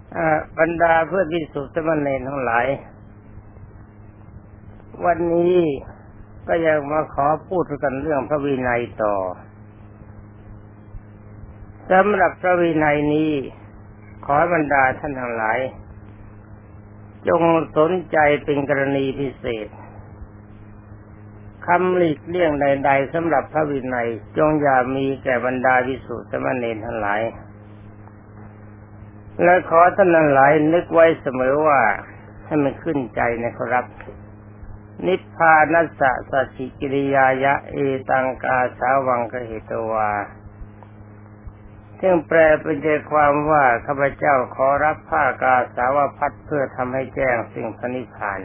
บรรดาเพื่อนภิกษุสามเณรทั้งหลายวันนี้ก็ยังมาขอพูดกันเรื่องพระวินัยต่อสำหรับพระวินัยนี้ขอบรรดาท่านทั้งหลายจงสนใจเป็นกรณีพิเศษคำหลีกเลี่ยงใดๆสำหรับพระวินัยจงอย่ามีแก่บรรดาภิกษุสามเณรทั้งหลายและขอท่านทั้งหลายนึกไว้เสมอว่าให้มันขึ้นใจนะครับนิพพานัสสะสัจฉิกิริยายะเอตังกาสาวังกเหตวาซึ่งแปลเป็นใจความว่าข้าพเจ้าขอรับผ้ากาสาวพัดเพื่อทำให้แจ้งสิ่งพระนิพพาน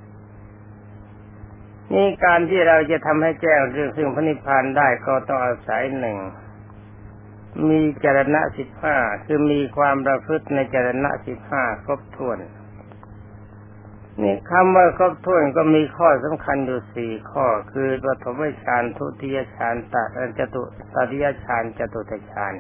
นี่การที่เราจะทำให้แจ้งเรื่องซึ่งพระนิพพานได้ก็ต้องอาศัยหนึ่งมีจรณะ15คือมีความประพฤติในจรณะ15ครบถ้วนนี่คำว่าครบถ้วนก็มีข้อสำคัญอยู่4ข้อคือปฐมฌานทุติยฌานตติยฌานจตุตฌาน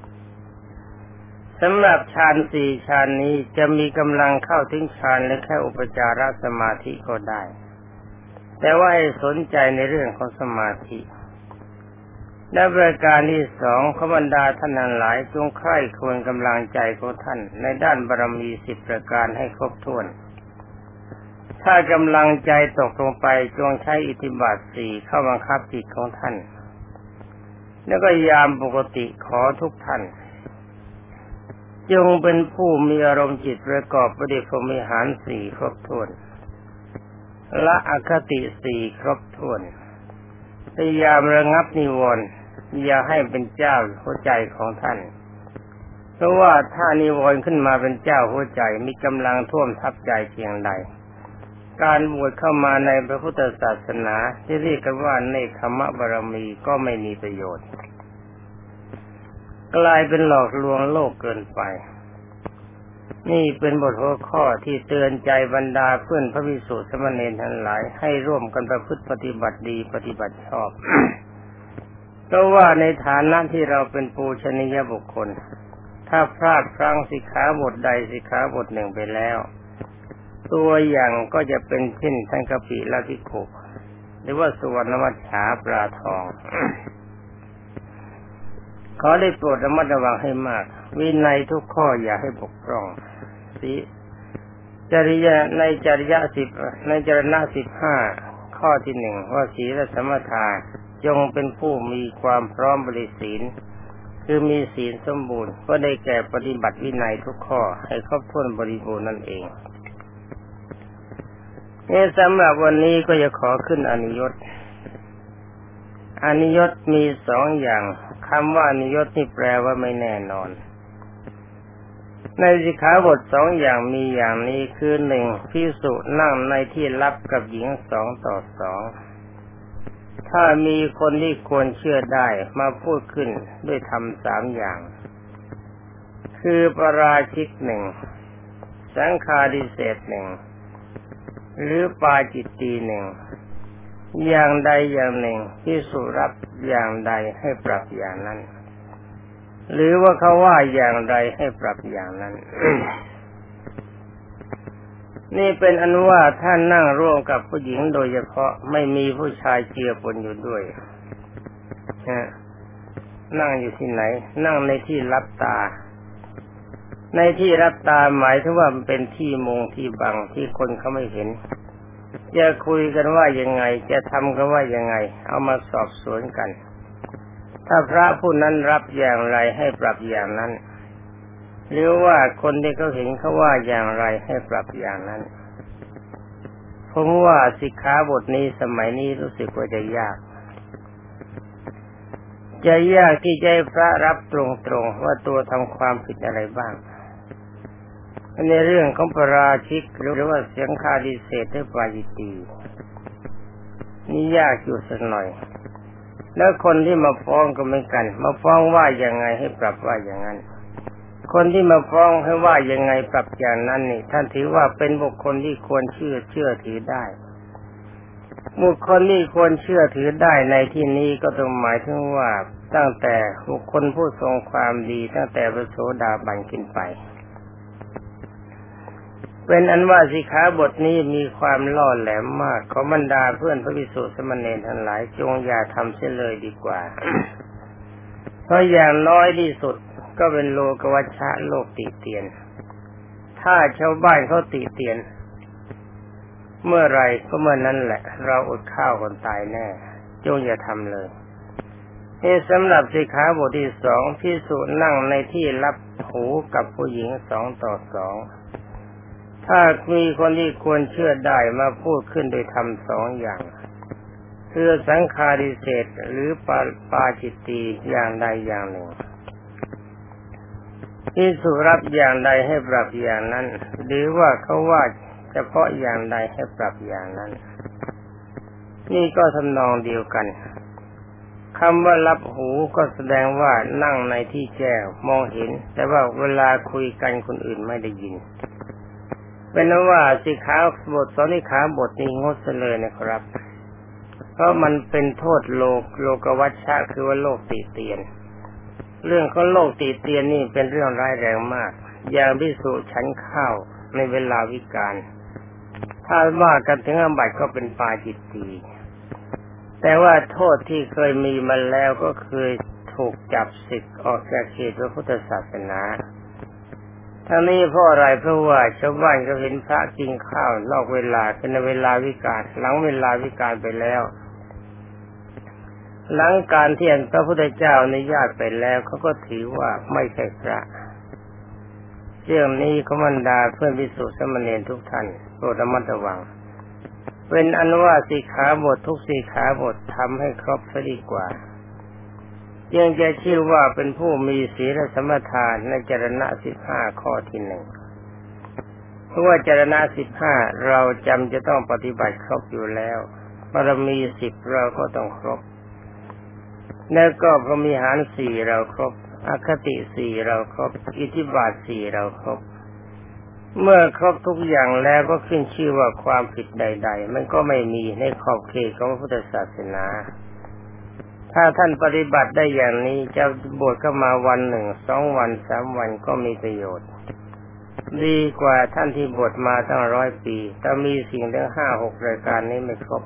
สำหรับฌาน4ฌานนี้จะมีกำลังเข้าถึงฌานและแค่อุปจารสมาธิก็ได้แต่ว่าให้สนใจในเรื่องของสมาธิและประการที่2ขบรรดาท่านทั้งหลายจงใคร่ควรกำลังใจของท่านในด้านบารมี10ประการให้ครบถ้วนถ้ากำลังใจตกลงไปจงใช้อิทธิบาท4เข้าบังคับจิตของท่านแล้วก็ยามปกติขอทุกท่านจงเป็นผู้มีอารมณ์จิตประกอบไปด้วยพรหมิหาร4ครบถ้วนละอคติ4ครบถ้วนพยายามระงับนิวรณ์อย่าให้เป็นเจ้าหัวใจของท่านเพราะว่าถ้านิวรณ์ขึ้นมาเป็นเจ้าหัวใจมีกำลังท่วมทับใจเพียงใดการบวชเข้ามาในพระพุทธศาสนาที่เรียกกันว่าเนกขมบารมีก็ไม่มีประโยชน์กลายเป็นหลอกลวงโลกเกินไปนี่เป็นบทหัวข้อที่เตือนใจบรรดาเพื่อนพระภิกษุสามเณรทั้งหลายให้ร่วมกันประพฤติปฏิบัติดีปฏิบัติชอบ เพราะว่าในฐานะที่เราเป็นปูชนียบุคคลถ้าพลาดพลั้งสิกขาบทใดสิกขาบทหนึ่งไปแล้วตัวอย่างก็จะเป็นเช่นท่านกัปปิลทิโขหรือว่าสุวรรณมัจฉาปลาทอง ขอได้โปรดระมัดระวังให้มากวินัยทุกข้ออย่าให้บกพร่องจริยะในจริยะ10ในจรณะ15ข้อที่1ว่าศีลสมถะจงเป็นผู้มีความพร้อมบริศีลคือมีศีลสมบูรณ์ก็ได้แก่ปฏิบัติวินัยทุกข้อให้ครบถ้วนบริบูรณ์นั่นเองนี่สำหรับวันนี้ก็จะขอขึ้นอนิยตมี2อย่างคำว่าอนิยตนี่แปลว่าไม่แน่นอนในสิกขาบท2อย่างมีอย่างนี้คือ1ภิกษุนั่งในที่ลับกับหญิง2 ต่อ 2ถ้ามีคนที่ควรเชื่อได้มาพูดขึ้นด้วยธรรม3อย่างคือปราชิก1สังฆาทิเศษ1หรือปาจิตตี1อย่างใดอย่างหนึ่งภิกษุรับอย่างใดให้ปรับอย่างนั้นหรือว่าเขาว่าอย่างไรให้ปรับอย่างนั้น นี่เป็นอนุว่าท่านนั่งร่วมกับผู้หญิงโดยเฉพาะไม่มีผู้ชายเจือปนอยู่ด้วยนั่งอยู่ที่ไหนนั่งในที่รับตาในที่รับตาหมายถึงว่ามันเป็นที่มุงที่บังที่คนเขาไม่เห็นจะคุยกันว่ายังไงจะทำกันว่ายังไงเอามาสอบสวนกันถ้าพระผู้นั้นรับอย่างไรให้ปรับอย่างนั้นหรือว่าคนที่เขาเห็นเขาว่าอย่างไรให้ปรับอย่างนั้นผมว่าสิกขาบทนี้สมัยนี้รู้สึกว่าจะยากที่จะให้พระรับตรงๆว่าตัวทำความผิดอะไรบ้างในเรื่องของปราชิกหรือว่าสังฆาทิเศษหรือปาจิตตีนี่ยากอยู่สักหน่อยแล้วคนที่มาฟ้องก็เหมือนกันมาฟ้องว่ายังไงให้ปรับว่าอย่างนั้นคนที่มาฟ้องให้ว่ายังไงปรับอย่างนั้นนี่ท่านถือว่าเป็นบุคคลที่ควรเชื่อถือได้บุคคลที่ควรเชื่อถือได้ในที่นี้ก็ต้องหมายถึงว่าตั้งแต่บุคคลผู้ทรงความดีตั้งแต่พระโสดาบันขึ้นไปเป็นอันว่าสิกขาบทนี้มีความล่อแหลมมากขอบรรดาเพื่อนพระภิกษุสามเณรทั้งหลายจงอย่าทำเสียเลยดีกว่า เพราะอย่างน้อยที่สุดก็เป็นโลกวัชชะโลกติเตียนถ้าชาวบ้านเขาติเตียนเมื่อไรก็เมื่อนั้นแหละเราอดข้าวคนตายแน่จงอย่าทำเลยนี่สำหรับสิกขาบทที่สองภิกษุนั่งในที่รับหูกับผู้หญิง2 ต่อ 2ถ้ามีคนที่ควรเชื่อได้มาพูดขึ้นโดยทำ2 อย่างคือสังฆาริเศษหรือปาจิตตีอย่างใดอย่างหนึ่งภิกษุรับอย่างใดให้ปรับอย่างนั้นหรือว่าเขาว่าเฉพาะอย่างใดให้ปรับอย่างนั้นนี่ก็ทำนองเดียวกันคำว่ารับหูก็แสดงว่านั่งในที่แจ้งมองเห็นแต่ว่าเวลาคุยกันคนอื่นไม่ได้ยินเป็นนั้นว่าสิกขาบท2 สิกขาบทนี้งดเสียเลยนะครับเพราะมันเป็นโทษโลกวัชชะคือว่าโลกติเตียนเรื่องของโลกติเตียนนี่เป็นเรื่องร้ายแรงมากอย่างภิกษุฉันข้าวในเวลาวิกาลถ้าว่ากันถึงอาบัติก็เป็นปาจิตตีแต่ว่าโทษที่เคยมีมาแล้วก็คือถูกจับศึกออกจากเขตพระพุทธศาสนาทั้งนี้เพราะอะไรเพราะว่าชาวบ้านก็เห็นพระกินข้าวนอกเวลาเป็นเวลาวิกาลหลังเวลาวิกาลไปแล้วหลังการที่พระพุทธเจ้าอนุญาตไปแล้วเขาก็ถือว่าไม่ใช่พระเรื่องนี้ขบรรดาเพื่อนภิกษุสามเณรทุกท่านโปรดระมัดระวังเป็นอันว่าสิกขาบททุกสิกขาบททำให้ครบซะดีกว่ายังจะชื่อว่าเป็นผู้มีศีลสมถะในจรณะ15ข้อที่1เพราะว่าจรณะ15เราจำจะต้องปฏิบัติครบอยู่แล้วบารมี10เราก็ต้องครบแล้วก็พรหมิหาร4เราครบอคติ4เราครบอิทธิบาท4เราครบเมื่อครบทุกอย่างแล้วก็ขึ้นชื่อว่าความผิดใดๆมันก็ไม่มีในขอบเขตของพระพุทธศาสนาถ้าท่านปฏิบัติได้อย่างนี้จะบวชเข้ามาวัน1 2 วัน3 วันก็มีประโยชน์ดีกว่าท่านที่บวชมาตั้ง100 ปีแต่มีสิ่งทั้ง5-6 รายการนี้ไม่ครบ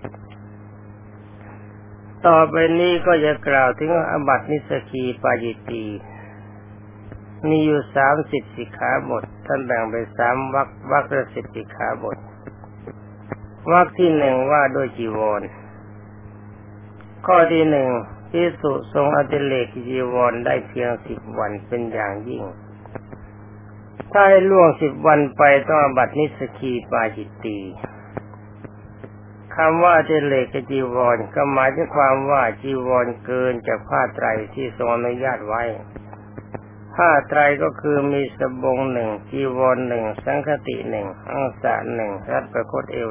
ต่อไปนี้ก็จะกล่าวถึงอาบัตินิสกีปาจิตตีมีอยู่30 สิกขาบทท่านแบ่งเป็น3 วรรคละ10 สิกขาบทวรรคที่1ว่าด้วยจีวรข้อที่1ภิกษุทรงอดิเรกจีวรได้เพียง10 วันเป็นอย่างยิ่งถ้าให้ล่วง10 วันไปต้องอาบัตินิสกีปาจิตตีคำว่าอดิเรกจีวรก็หมายถึงความว่าจีวรเกินจากผ้าไตรที่ทรงอนุญาตไว้ผ้าไตรก็คือมีสบง1จีวร1สังฆติ1อังสะ1รัดประคตเอว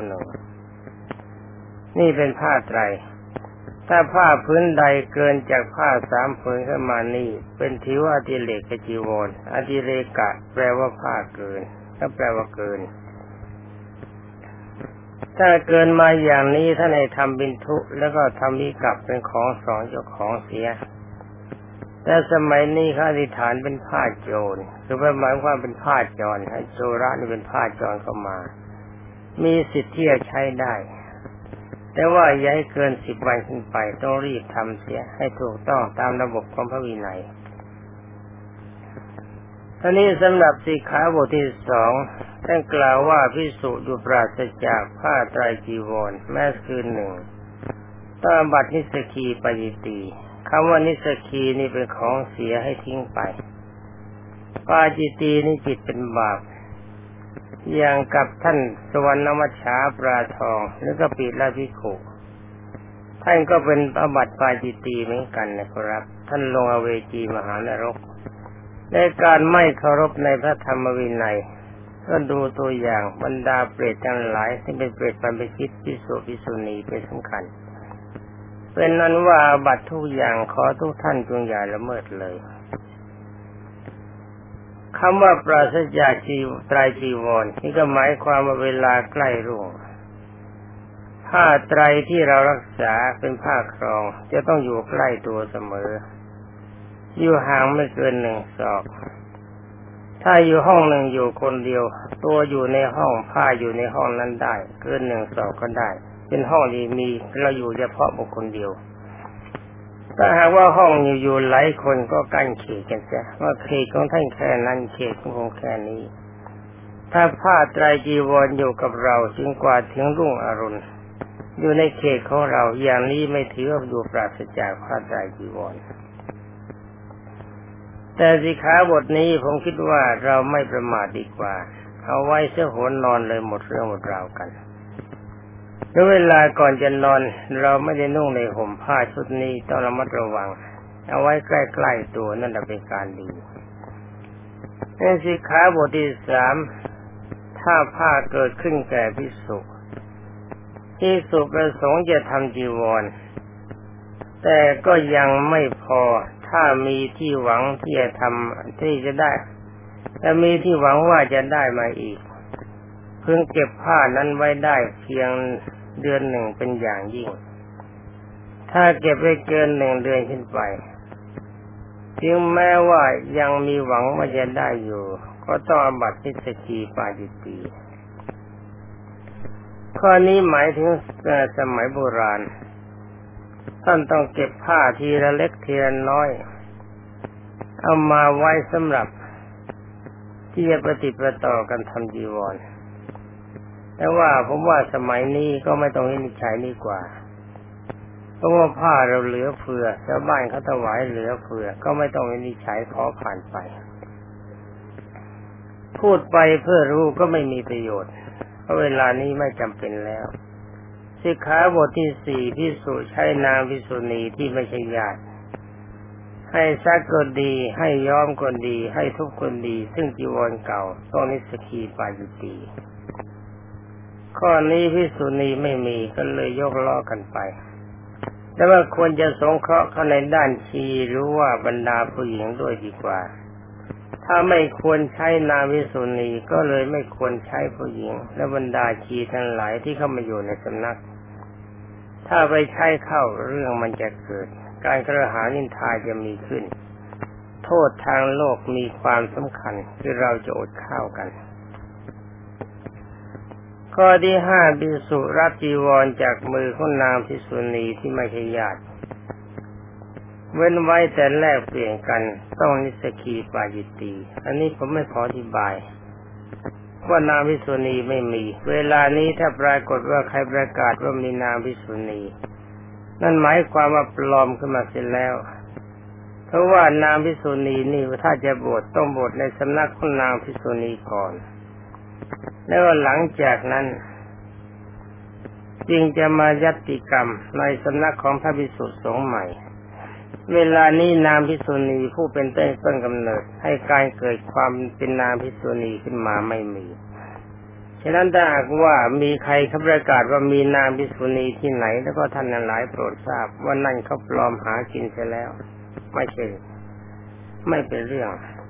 1นี่เป็นผ้าไตรถ้าผ้าพื้นใดเกินจากผ้า3 ผืนขึ้นมานี่เป็นถือว่าอดิเรกจีวรอดิเรกะแปลว่าผ้าเกินก็แปลว่าเกินถ้าเกินมาอย่างนี้ท่านให้ทำบิณฑุแล้วก็ทำวิกัปเป็นของ2 เจ้าของเสียแต่สมัยนี้เขาอธิษฐานเป็นผ้าโจรคือหมายความเป็นผ้าจรให้โจระนี่เป็นผ้าจรเข้ามามีสิทธิ์ที่จะใช้ได้แต่ว่าอย่าให้เกิน10 วันขึ้นไปต้องรีบทำเสียให้ถูกต้องตามระบบของพระวินัยท่านี้สำหรับสิกขาบทที่2ท่านกล่าวว่าภิกษุอยู่ปราศจากผ้าไตรจีวรแม้คืน1ต้องอาบัตินิสกีปาจิตตีคำว่านิสกีนี่เป็นของเสียให้ทิ้งไปปาจิตตีนี่จิตเป็นบาปอย่างกับท่านสวรรณมัชฌาปลาทองหรือก็ปิลภิกขุท่านก็เป็นอาบัติปาจิตตีเหมือนกันนะครับท่านลงอเวจีมหานรกในการไม่เคารพในพระธรรมวินัยก็ดูตัวอย่างบรรดาเปรตทั้งหลายที่เป็นเปรตบรรพชิตภิกษุภิกษุณีเป็นสำคัญเป็นนั้นว่าอาบัติทุกอย่างขอทุกท่านจงอย่าละเมิดเลยคำว่าปราศจากไตรจีวรนี่ก็หมายความว่าเวลาใกล้รุ่งผ้าไตรที่เรารักษาเป็นผ้าครองจะต้องอยู่ใกล้ตัวเสมออยู่ห่างไม่เกิน1 ศอกถ้าอยู่ห้องหนึ่งอยู่คนเดียวตัวอยู่ในห้องผ้าอยู่ในห้องนั้นได้เกิน1 ศอกก็ได้เป็นห้องที่มีเราอยู่เฉพาะบุคคลเดียวถ้าหากว่าห้องอยู่หลายคนก็กั้นเขตกันเสียว่าเขตของท่านแค่นั้นเขตของผมแค่นี้ถ้าผ้าไตรจีวรอยู่กับเราจึงกว่าถึงรุ่งอรุณอยู่ในเขตของเราอย่างนี้ไม่ถือว่าอยู่ปราศจากผ้าไตรจีวรแต่สิกขาบทนี้ผมคิดว่าเราไม่ประมาทดีกว่าเอาไว้เสียโหนนอนเลยหมดเรื่องหมดราวกันแล้วเวลาก่อนจะนอนเราไม่ได้นุ่งในห่มผ้าชุดนี้ต้องระมัดระวังเอาไว้ใกล้ๆตัวนั่นเป็นการดีในสิกขาบทที่ 3ถ้าผ้าเกิดขึ้นแก่ภิกษุประสงค์จะทำจีวรแต่ก็ยังไม่พอถ้ามีที่หวังที่จะทำที่จะได้แต่มีที่หวังว่าจะได้มาอีกเพิ่งเก็บผ้านั้นไว้ได้เพียงเดือนหนึ่งเป็นอย่างยิ่งถ้าเก็บไว้เกิน1 เดือนขึ้นไปถึงแม้ว่ายังมีหวังว่าจะได้อยู่ก็ต้องอาบัตินิสสกีปาจิตตีข้อนี้หมายถึงสมัยโบราณท่านต้องเก็บผ้าทีละเล็กทีละน้อยเอามาไว้สำหรับที่จะปฏิปต่อกันทำจีวรแต่ว่าผมว่าสมัยนี้ก็ไม่ต้องวินิจฉัยดีกว่าเพราะว่าผ้าเราเหลือเฟือชาวบ้านเขาถวายเหลือเฟือก็ไม่ต้องวินิจฉัยขอผ่านไปพูดไปเพื่อรู้ก็ไม่มีประโยชน์เพราะเวลานี้ไม่จำเป็นแล้วสิกขาบทที่ 4ภิกษุใช้นางภิกษุณีที่ไม่ใช่ญาติให้ซักก็ดีให้ย้อมก็ดีให้ทุบก็ดีซึ่งจีวรเก่าต้องนิสสกีปาจิตตีข้อนี้ภิกษุณีไม่มีก็เลยยกล้อกันไปแต่ว่าควรจะสงเคราะห์เข้าในด้านชีหรือว่าบรรดาผู้หญิงด้วยดีกว่าถ้าไม่ควรใช้นางภิกษุณีก็เลยไม่ควรใช้ผู้หญิงและบรรดาชีทั้งหลายที่เข้ามาอยู่ในสำนักถ้าไปใช้เข้าเรื่องมันจะเกิดการกระหานินทาจะมีขึ้นโทษทางโลกมีความสำคัญที่เราจะอดข้าวกันข้อที่ 5ภิกษุรับจีวรจากมือของนางภิกษุณีที่ไม่ใช่ญาติเว้นไว้แต่แลกเปลี่ยนกันต้องนิสสกีปาจิตตีอันนี้ผมไม่ขออธิบายว่านางภิกษุณีไม่มีเวลานี้ถ้าปรากฏว่าใครประกาศว่ามีนางภิกษุณีนั่นหมายความว่าปลอมขึ้นมาเสียแล้วเพราะว่านางภิกษุณีนี่ถ้าจะบวชต้องบวชในสำนักของนางภิกษุณีก่อนแล้วหลังจากนั้นจึงจะมายัตติกรรมในสำนักของพระภิกษุสงฆ์ใหม่เวลานี้นางภิกษุณีผู้เป็นต้นกำเนิดให้การเกิดความเป็นนางภิกษุณีขึ้นมาไม่มีฉะนั้นถ้าหากว่ามีใครเขาประกาศว่ามีนางภิกษุณีที่ไหนแล้วก็ท่านหลายโปรดทราบว่านั่นเขาปลอมหากินเสียแล้วไม่ใช่ไม่เป็นเรื่อง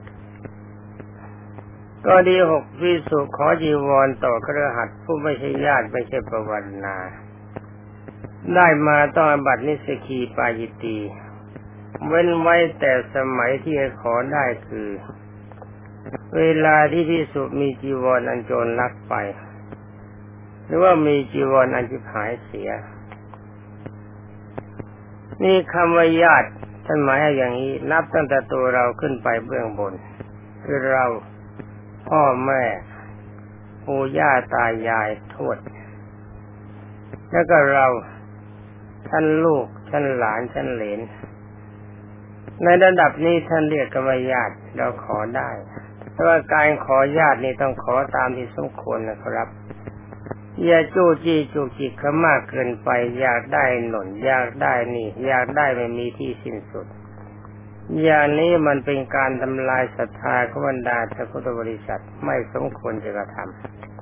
ก็ดี 6ภิกษุขอจีวรต่อคฤหัสถ์ผู้ไม่ใช่ญาติไม่ใช่ปวารณาได้มาต้องอาบัตินิสสกีปาจิตตีเว้นไว้แต่สมัยที่จะขอได้คือเวลาที่ภิกษุมีจีวรอันโจรลักไปหรือว่ามีจีวรอันชิบหายเสียนี่คำว่าญาติท่านหมายอย่างนี้นับตั้งแต่ตัวเราขึ้นไปเบื้องบนคือเราพ่อแม่ปู่ย่าตายายทวดแล้วก็เราท่านลูกท่านหลานท่านเหลนในระดับนี้ท่านเรียกกันว่าญาติเราขอได้แต่ว่าการขอญาตินี่ต้องขอตามที่สมควรนะครับอย่าจู้จี้จุกจิกเขามากเกินไปอยากได้หน่นอยากได้นี่อยากได้ไม่มีที่สิ้นสุดอย่างนี้มันเป็นการทำลายศรัทธาของบรรดาพุทธบริษัทไม่สมควรจะกระทำ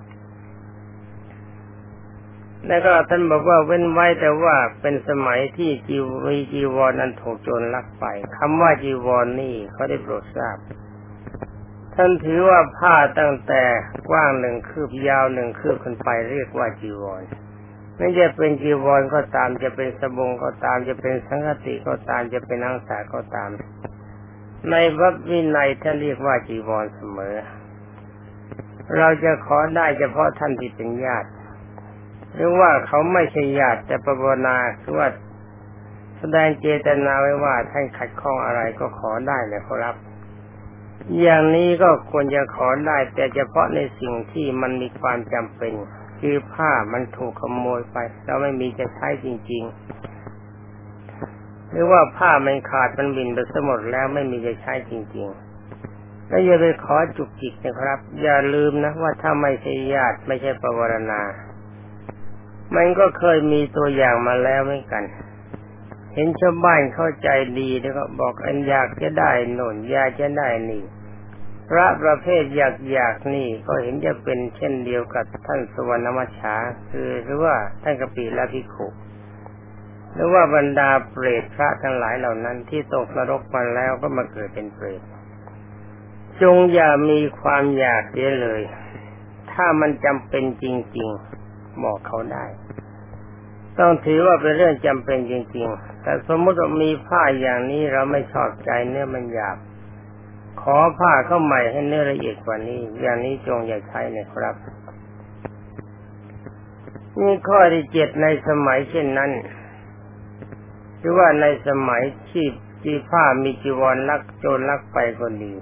แล้วก็ท่านบอกว่าเว้นไว้แต่ว่าเป็นสมัยที่มีจีวรนั้นถูกโจรลักไปคำว่าจีวรนี่เขาได้โปรดทราบท่านถือว่าผ้าตั้งแต่กว้าง1 คืบยาว1 คืบขึ้นไปเรียกว่าจีวรไม่จะเป็นจีวรก็ตามจะเป็นสบงก็ตามจะเป็นสังฆติก็ตามจะเป็นอังสาก็ตามในพระวินัยท่านเรียกว่าจีวรเสมอเราจะขอได้เฉพาะท่านที่เป็นญาติหรือว่าเขาไม่ใช่ญาติแต่ภาวนาคือว่าแสดงเจตนาไว้ว่าท่านขัดข้องอะไรก็ขอได้เลยครับอย่างนี้ก็ควรจะขอได้แต่เฉพาะในสิ่งที่มันมีความจำเป็นคือผ้ามันถูกขโมยไปเราไม่มีจะใช้จริงๆหรือว่าผ้ามันขาดมันบินไปหมดแล้วไม่มีจะใช้จริงๆแล้วอย่าไปขอจุกจิกนะครับอย่าลืมนะว่าถ้าไม่ใช่ญาติไม่ใช่ปวารณามันก็เคยมีตัวอย่างมาแล้วเหมือนกันเห็นชาวบ้านเข้าใจดีแล้วก็บอกอันอยากจะได้โน่นอยากจะได้นี่พระประเภทอยากนี่ก็เห็นจะเป็นเช่นเดียวกับท่านสุวรรณมัชฌาคือหรือว่าท่านกปิลภิกขุหรือว่าบรรดาเปรตพระทั้งหลายเหล่านั้นที่ตกนรกมาแล้วก็มาเกิดเป็นเปรตจงอย่ามีความอยากเสียเลยถ้ามันจำเป็นจริงๆบอกเขาได้ต้องถือว่าเป็นเรื่องจำเป็นจริงๆแต่สมมติว่ามีผ้าอย่างนี้เราไม่ชอบใจเนื้อมันหยาบขอผ้าเข้าใหม่ให้เนื้อละเอียดกว่านี้อย่างนี้จงอย่าใช้นะครับนี่ข้อที่7ในสมัยเช่นนั้นหรือว่าในสมัยที่ผ้ามีจีวรลักโจรลักไปก็ดี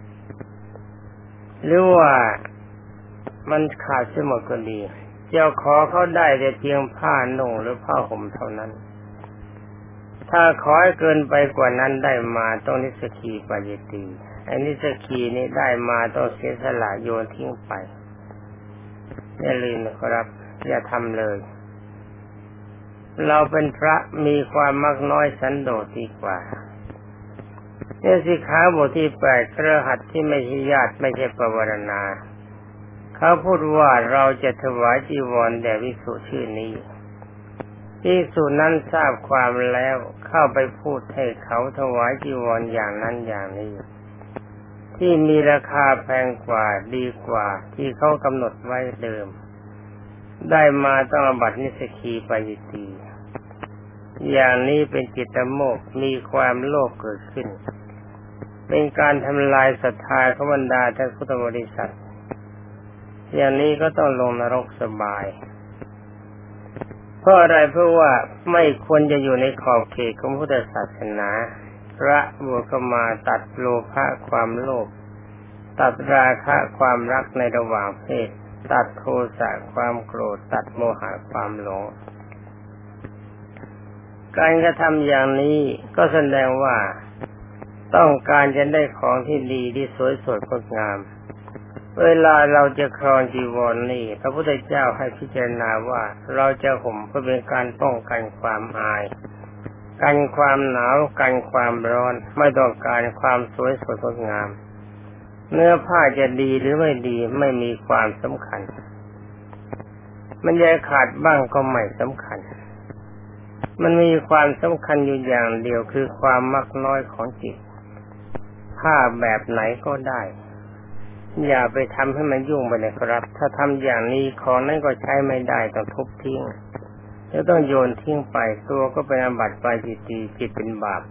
หรือว่ามันขาดเสียหมดก็ดีจะขอเขาได้แต่เพียงผ้านุ่งหรือผ้าห่มเท่านั้นถ้าขอให้เกินไปกว่านั้นได้มาต้องนิสกีปาจิตีไอ้นิสกีนี้ได้มาต้องเสียสละโยนทิ้งไปอย่าลืมนะครับอย่าทำเลยเราเป็นพระมีความมักน้อยสันโดษดีกว่าเนี่ยสิกขาบทที่8คฤหัสถ์ที่ไม่ใช่ญาติไม่ใช่ปวารณาเขาพูดว่าเราจะถวายจีวรแด่ภิกษุชื่อนี้ภิกษุนั้นทราบความแล้วเข้าไปพูดให้เขาถวายจีวรอย่างนั้นอย่างนี้ที่มีราคาแพงกว่าดีกว่าที่เขากำหนดไว้เดิมได้มาต้องอาบัตินิสกีปาจิตีอย่างนี้เป็นจิตโมกข์มีความโลภเกิดขึ้นเป็นการทำลายศรัทธาของบรรดาท่านพุทธบริษัทอย่างนี้ก็ต้องลงนรกสบายเพราะอะไรเพราะว่าไม่ควรจะอยู่ในขอบเขตของพุทธศาสนาพระบวชเข้ามาตัดโลภะความโลภตัดราคะความรักในระหว่างเพศตัดโทสะความโกรธตัดโมหะความหลงการกระทำอย่างนี้ก็แสดงว่าต้องการจะได้ของที่ดีที่สวยสดงดงามเวลาเราจะครองจีวรนี่พระพุทธเจ้าให้พิจารณาว่าเราจะห่มเพื่อเป็นการป้องกันความอายกันความหนาวกันความร้อนไม่ต้องการความสวยสดงดงามเนื้อผ้าจะดีหรือไม่ดีไม่มีความสำคัญมันจะขาดบ้างก็ไม่สำคัญมันมีความสำคัญอยู่อย่างเดียวคือความมักน้อยของจิตผ้าแบบไหนก็ได้อย่าไปทำให้มันยุ่งไปเลยครับถ้าทำอย่างนี้ของนั้นก็ใช้ไม่ได้ต้องทุบทิ้งแล้วต้องโยนทิ้งไปตัวก็เป็นอาบัติปาจิตีจิตเป็นบาป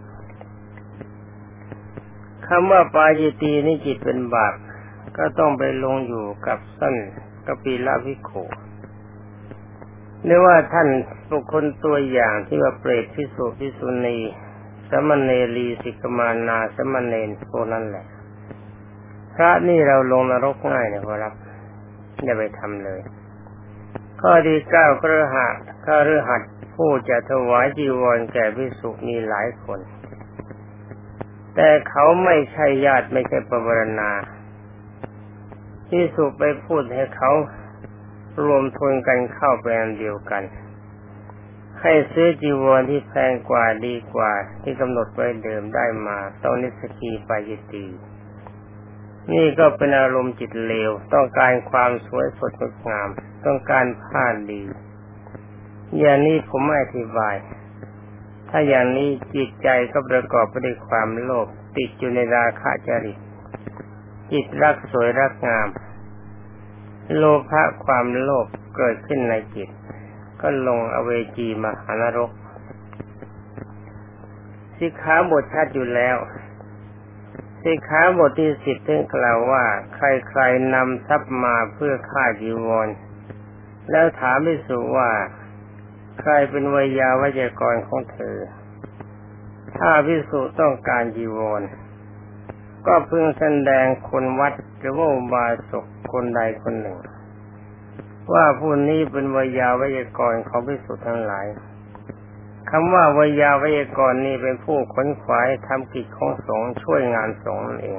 คำว่าปาจิตีนี่จิตเป็นบาปก็ต้องไปลงอยู่กับท่านกปิลภิกขุหรือว่าท่านบุคคลตัวอย่างที่ว่าเปรตภิกษุภิกษุณีสมณเณรีสิกขมานาสมณเณรพวกนั้นแหละพระนี่เราลงนรกง่ายนะครับอย่าไปทำเลยข้อที่9คฤหัสถ์ผู้จะถวายจีวรแก่ภิกษุมีหลายคนแต่เขาไม่ใช่ญาติไม่ใช่ปวารณาภิกษุไปพูดให้เขารวมทุนกันเข้าไปอันเดียวกันให้ซื้อจีวรที่แพงกว่าดีกว่าที่กำหนดไว้เดิมได้มาต้องนิสกีปาจิตีนี่ก็เป็นอารมณ์จิตเลวต้องการความสวยสดงดงามต้องการผ้าดีอย่างนี้ผมไม่อธิบายถ้าอย่างนี้จิตใจก็ประกอบไปด้วยความโลภติดอยู่ในราคะจริตจิตรักสวยรักงามโลภะความโลภเกิดขึ้นในจิตก็ลงอเวจีมหานรกสิกขาบทชัดอยู่แล้วสิกขาบทที่10ถึงกล่าวว่าใครๆนำทรัพย์มาเพื่อฆ่าจีวรแล้วถามภิกษุว่าใครเป็นวิยาวัจกรของเธอถ้าภิกษุต้องการจีวรก็พึงแสดงคนวัดหรือว่าอุบาสกคนใดคนหนึ่งว่าผู้นี้เป็นวิยาวัจกรของภิกษุทั้งหลายคำว่าวิยาวัจกรนี้เป็นผู้ขนขวายทำกิจของสงฆ์ช่วยงานสงฆ์นั่นเอง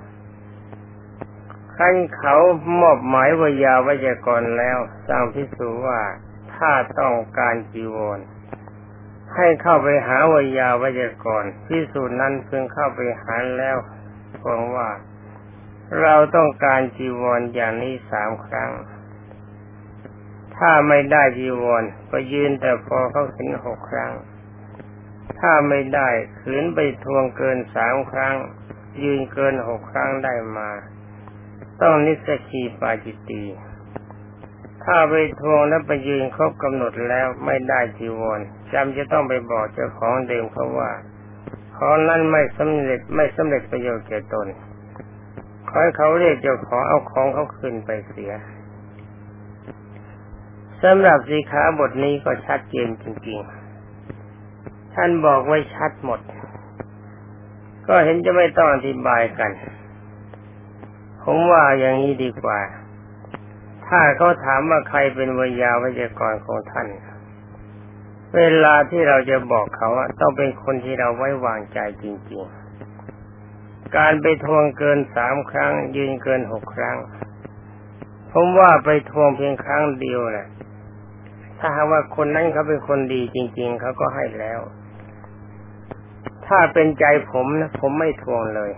ขั้นเขามอบหมายวิยาวัจกรแล้วสั่งภิกษุว่าถ้าต้องการจีวรให้เข้าไปหาวิยาวัจกรภิกษุนั้นพึงเข้าไปหาแล้วฟังว่าเราต้องการจีวรอย่างนี้3 ครั้งถ้าไม่ได้จีวรก็ยืนแต่พอเขาเห็น6 ครั้งถ้าไม่ได้ขืนไปทวงเกิน3 ครั้งยืนเกิน6 ครั้งได้มาต้องนิสกีปาจิตตีถ้าไปทวงแล้วไปยืนครบกำหนดแล้วไม่ได้จีวรจำจะต้องไปบอกเจ้าของเดิมเขาว่าของนั้นไม่สำเร็จประโยชน์แก่ตนขอให้เขาเรียกเจ้าของเอาของเขาคืนไปเสียสำหรับสิกขาบทนี้ก็ชัดเจนจริงๆท่านบอกไว้ชัดหมดก็เห็นจะไม่ต้องอธิบายกันผมว่าอย่างนี้ดีกว่าถ้าเขาถามว่าใครเป็นวิยาวัจกรของท่านเวลาที่เราจะบอกเขาต้องเป็นคนที่เราไว้วางใจจริงๆการไปทวงเกิน3 ครั้งยืนเกิน6 ครั้งผมว่าไปทวงเพียงครั้งเดียวแหละถ้าหากว่าคนนั้นเขาเป็นคนดีจริงๆเขาก็ให้แล้วถ้าเป็นใจผมนะผมไม่ทวงเลย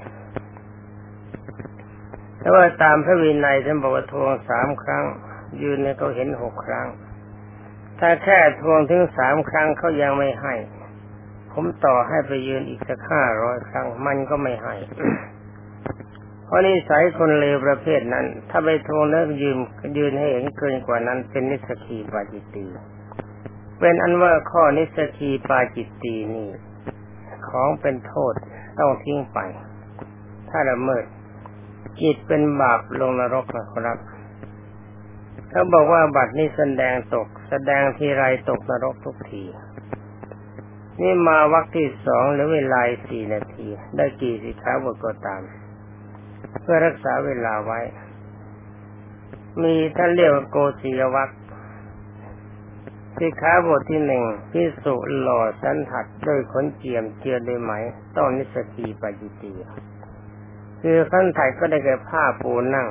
แต่ว่าตามพระวินัยท่านบอกว่าทวง3 ครั้งยืนเนี่ยเขาเห็น6 ครั้งถ้าแค่ทวงถึง3 ครั้งเขายังไม่ให้ผมต่อให้ไปยืนอีกสัก500 ครั้งมันก็ไม่ให้ เพราะนิสัยคนเลวประเภทนั้นถ้าไปทวงแล้วยืนให้เห็นเกินกว่านั้นเป็นนิสกีปาจิตตีเป็นอันว่าข้อนิสกีปาจิตตีนี่ของเป็นโทษต้องทิ้งไปถ้าละเมิดจิตเป็นบาปลงนรกนะครับเขาบอกว่าบัดนี้แสดงทีไรตกนรกทุกทีนี่มาวรรคที่2หรือเวลา4 นาทีได้กี่สิกขาบทก็ตามเพื่อรักษาเวลาไว้มีท่านเรียกว่าโกศิยวรรคสิกขาบทที่1ภิกษุหล่อสันทัดด้วยขนเจียมเจือด้วยไหมต้องนิสกีปาจิตตีคือขั้นไถ่ก็ได้แก่ผ้าปูนั่ง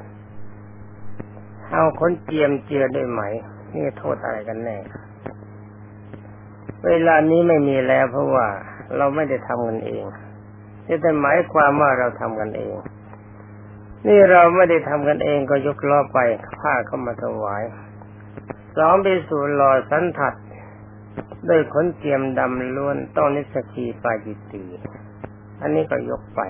เอาขนเจียมเจือด้วยไหมนี่โทษอะไรกันแน่เวลานี้ไม่มีแล้วเพราะว่าเราไม่ได้ทำกันเองแต่หมายความว่าเราทำกันเองนี่เราไม่ได้ทำกันเองก็ยกล้อไปผ้าเข้ามาถวาย2ภิกษุหล่อสันทัดด้วยขนเจียมดำล้วนต้องนิสกีปาจิตตีอันนี้ก็ยกไป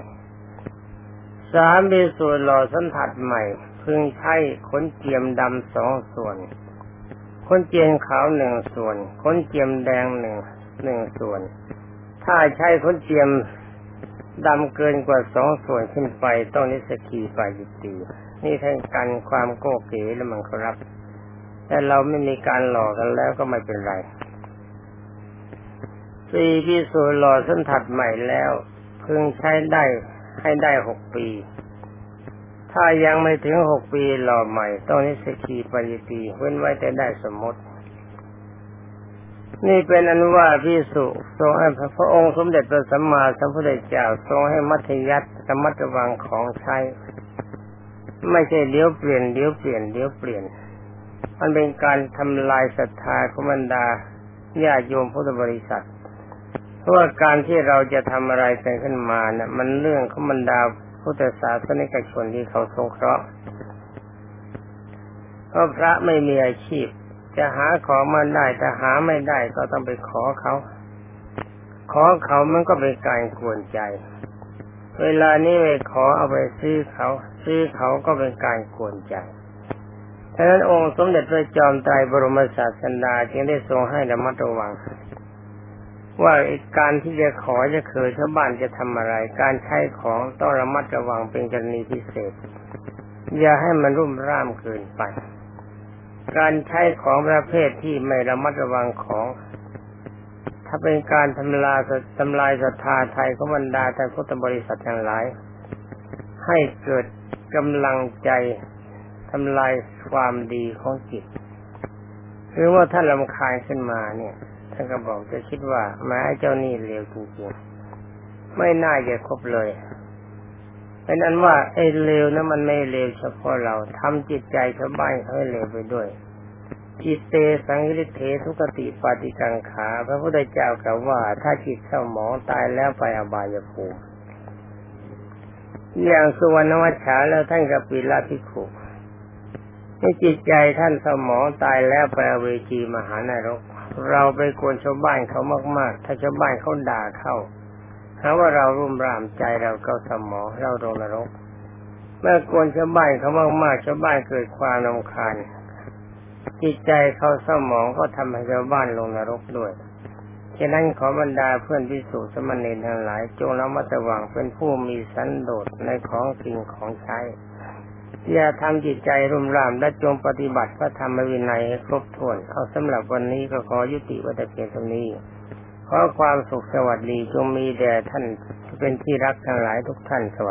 3ภิกษุหล่อสันทัดใหม่พึงใช้ขนเจียมดำ2 ส่วนขนเจียมขาว1 ส่วนขนเจียมแดง1 ส่วนถ้าใช้ขนเจียมดำเกินกว่า2 ส่วนขึ้นไปต้องนิสกีปาจิตตีนี่แทนกันความโก้เก๋แล้วมันครับแต่เราไม่มีการหลอกกันแล้วก็ไม่เป็นไร4ภิกษุหล่อสันทัดใหม่แล้วพึงใช้ได้ให้ได้6 ปีถ้ายังไม่ถึง6 ปีหล่อใหม่ต้องนิสกีปาจิตตีเว้นไว้แต่ได้สมมตินี่เป็นอันว่าภิกษุทรงให้พระองค์สมเด็จพระสัมมาสัมพุทธเจ้าทรงให้มัธยัสถ์ระมัดระวังของใช้ไม่ใช่เดี๋ยวเปลี่ยนมันเป็นการทำลายศรัทธาของบรรดาญาติโยมพุทธบริษัทเพราะว่าการที่เราจะทำอะไรกันขึ้นมาเนี่ยมันเรื่องของบรรดาพุทธศาสนิกชนที่เขาสงเคราะห์เพราะพระไม่มีอาชีพจะหาของมาได้แต่หาไม่ได้ก็ต้องไปขอเขามันก็เป็นการกวนใจเวลานี้ไปขอเอาไปซื้อเขาก็เป็นการกวนใจฉะนั้นองค์สมเด็จพระจอมไตรบรมศาสดาจึงได้ทรงให้ระมัดระวังว่าการที่จะขอจะเคยชาวบ้านจะทำอะไรการใช้ของต้องระมัดระวังเป็นกรณีพิเศษอย่าให้มันรุ่มร่ามเกินไปการใช้ของประเภทที่ไม่ระมัดระวังของถ้าเป็นการทำลายศรัทธาไทยของบรรดาท่านพุทธบริษัททั้งหลายให้เกิดกำลังใจทำลายความดีของจิตหรือว่าท่านรำคาญขึ้นมาเนี่ยท่านก็บอกจะคิดว่าแม้เจ้านี่เลวจริงๆไม่น่าจะคบเลยเป็นอันว่าไอ้เลวนั้นมันไม่เลวเฉพาะเราทำจิตใจชาวบ้านเขาให้เลวไปด้วยจิตเตสังคิเถทุกติปาติกังขาพระพุทธเจ้ากล่าวว่าถ้าจิตเศร้าหมองตายแล้วไปอบายภูมิอย่างสุวรรณวัชชาแล้วท่านกับปิลภิกขุในจิตใจท่านเศร้าหมองตายแล้วไปอเวจีมหานรกเราไปกวนชาวบ้านเขามากๆถ้าชาวบ้านเขาด่าเข้าหาว่าเรารุ่มร่ามใจเราก็เศร้าหมองเราลงนรกเมื่อกวนชาวบ้านเขามากๆชาวบ้านเกิดความรำคาญจิตใจเขาเศร้าหมองก็ทำให้ชาวบ้านลงนรกด้วยฉะนั้นขอบรรดาเพื่อนภิกษุสามเณรทั้งหลายจงระมัดระวังเป็นผู้มีสันโดษในของสิ่งของใช้อย่าทำจิตใจรุ่มร่ามและจงปฏิบัติพระธรรมวินัยให้ครบถ้วนเอาสำหรับวันนี้ก็ขอยุติไว้แต่เพียงเท่านี้ขอความสุขสวัสดีจงมีแด่ท่านเป็นที่รักทั้งหลายทุกท่านสวัสดี